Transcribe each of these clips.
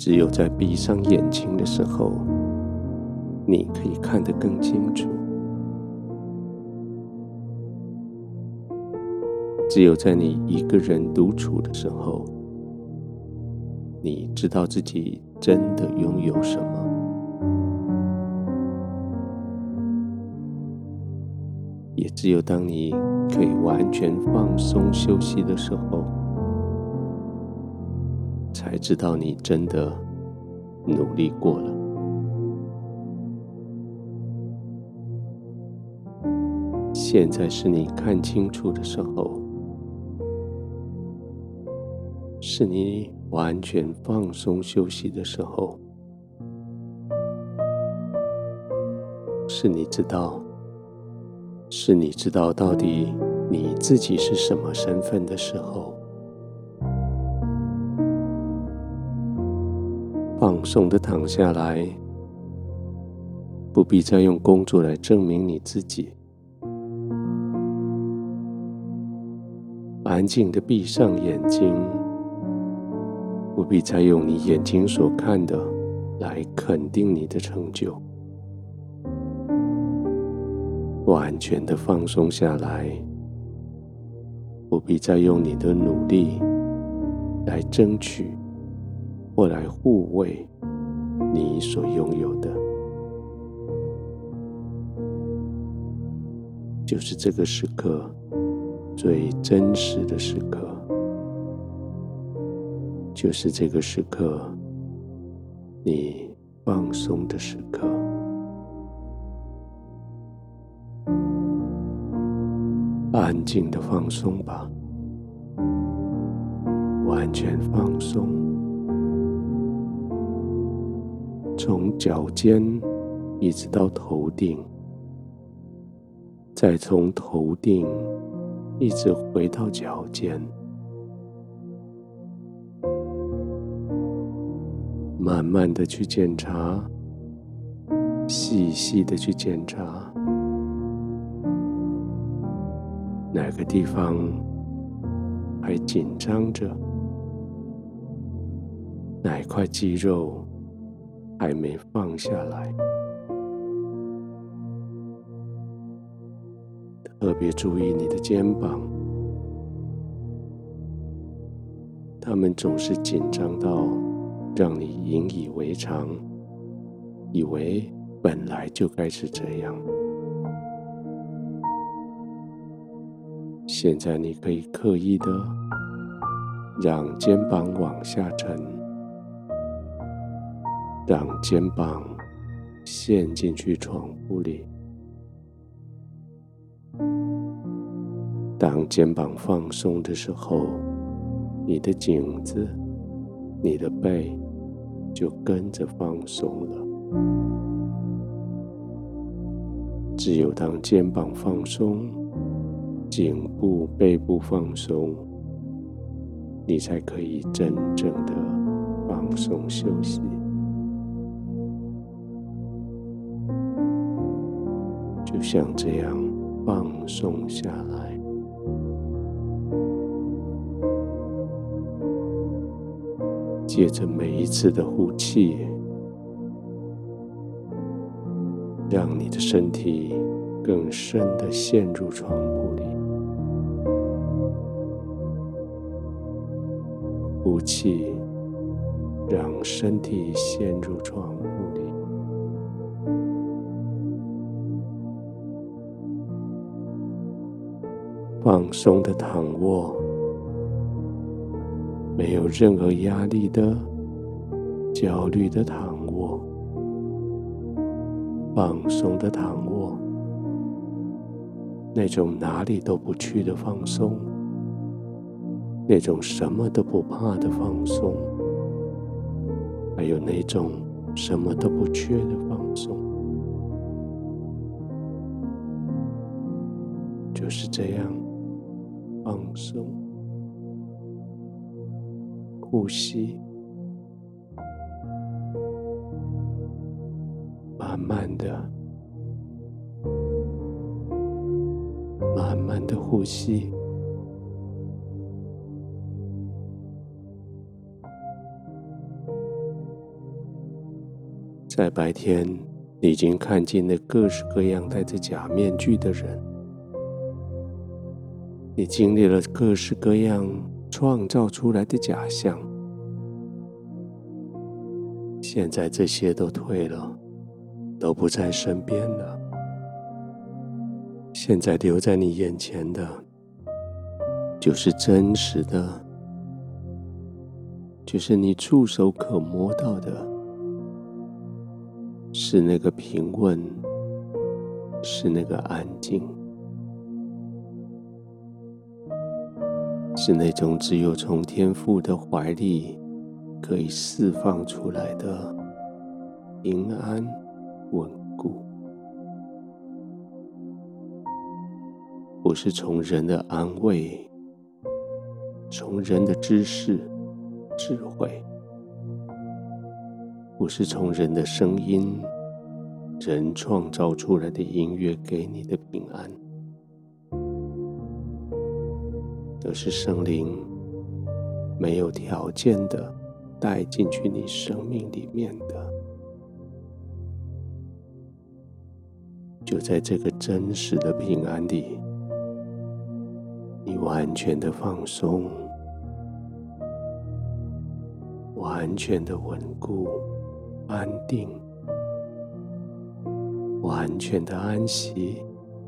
只有在闭上眼睛的时候，你可以看得更清楚。只有在你一个人独处的时候，你知道自己真的拥有什么。也只有当你可以完全放松休息的时候，才知道你真的努力过了。现在是你看清楚的时候，是你完全放松休息的时候，是你知道到底你自己是什么身份的时候，放松地躺下来，不必再用工作来证明你自己，安静地闭上眼睛，不必再用你眼睛所看的来肯定你的成就，完全的放松下来，不必再用你的努力来争取或来护卫你所拥有的。就是这个时刻最真实的时刻，就是这个时刻你放松的时刻。安静的放松吧，完全放松，从脚尖一直到头顶，再从头顶一直回到脚尖，慢慢的去检查，细细的去检查，哪个地方还紧张着，哪一块肌肉还没放下来。特别注意你的肩膀，他们总是紧张到让你引以为常，以为本来就该是这样。现在你可以刻意的让肩膀往下沉，让肩膀陷进去床铺里。当肩膀放松的时候，你的颈子、你的背就跟着放松了。只有当肩膀放松，颈部、背部放松，你才可以真正的放松休息。就像这样放松下来，接着每一次的呼气，让你的身体更深地陷入床铺里。呼气，让身体陷入床铺里。放松的躺卧，没有任何压力的、焦虑的躺卧，放松的躺卧，那种哪里都不去的放松，那种什么都不怕的放松，还有那种什么都不缺的放松，就是这样放松，呼吸，慢慢的、慢慢的呼吸， 在白天，你已经看见了各式各样戴着假面具的人，你经历了各式各样创造出来的假象。现在这些都退了，都不在身边了。现在留在你眼前的，就是真实的，就是你触手可摸到的，是那个平稳，是那个安静，是那种只有从天父的怀里可以释放出来的平安稳固，不是从人的安慰，从人的知识智慧，不是从人的声音人创造出来的音乐给你的平安，而是圣灵没有条件的带进去你生命里面的。就在这个真实的平安里，你完全的放松，完全的稳固安定，完全的安息。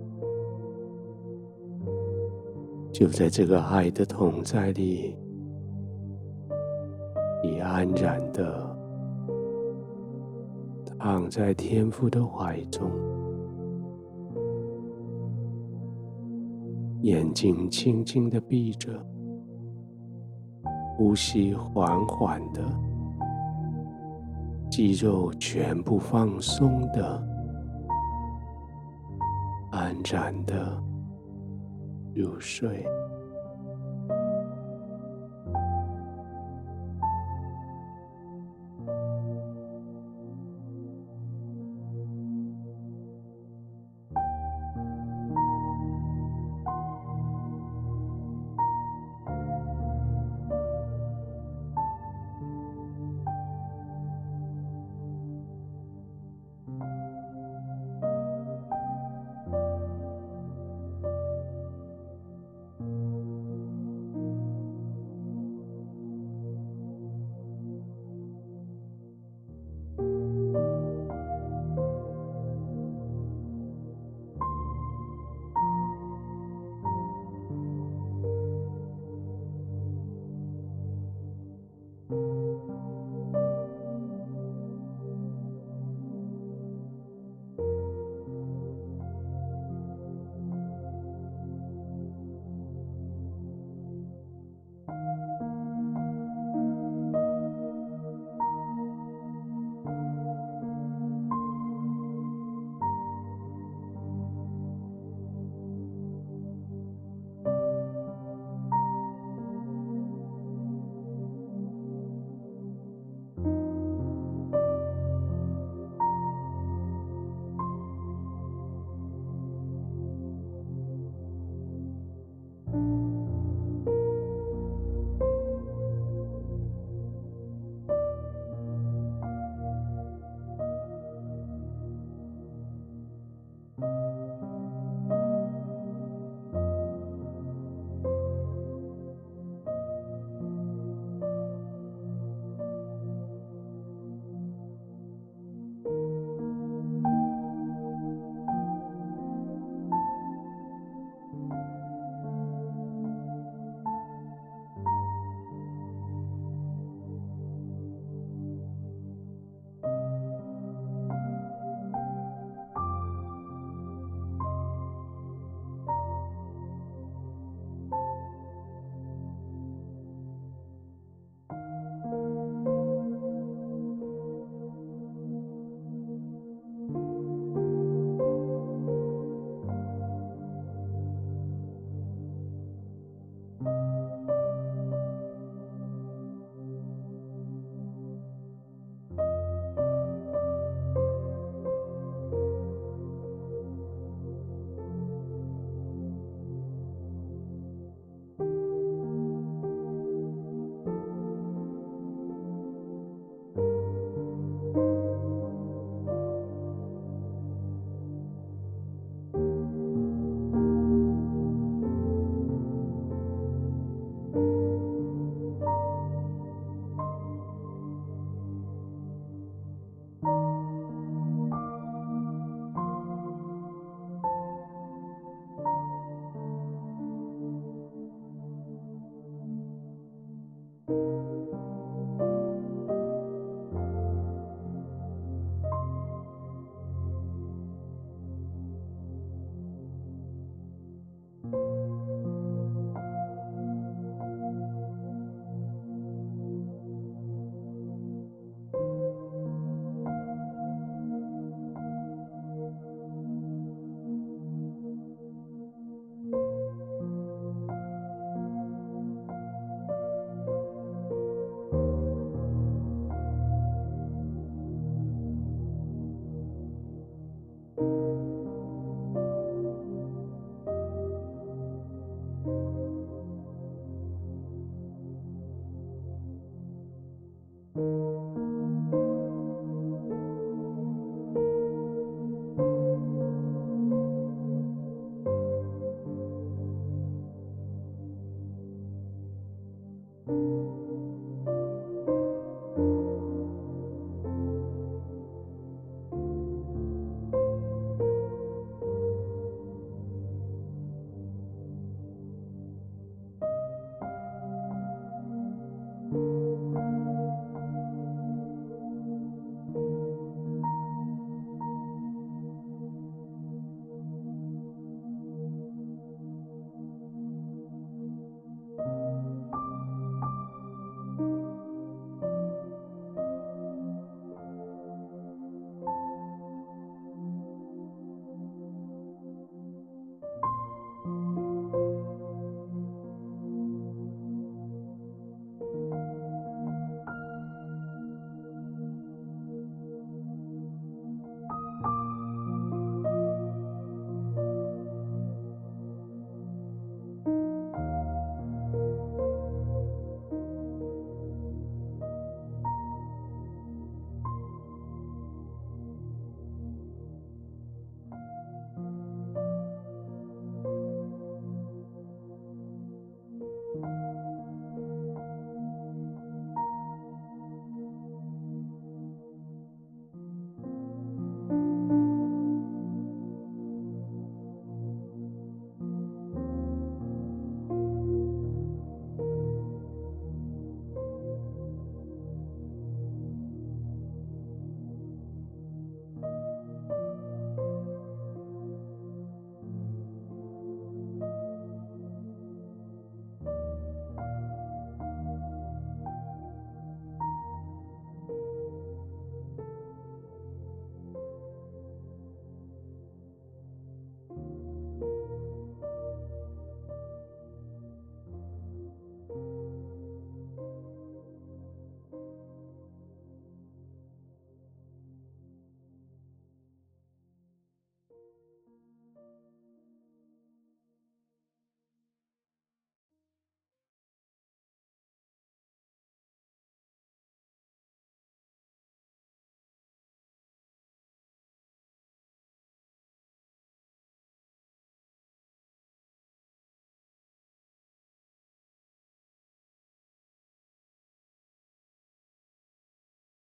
就在这个爱的同在里，你安然的躺在天父的怀中，眼睛轻轻的闭着，呼吸缓缓的，肌肉全部放松的，安然的入睡。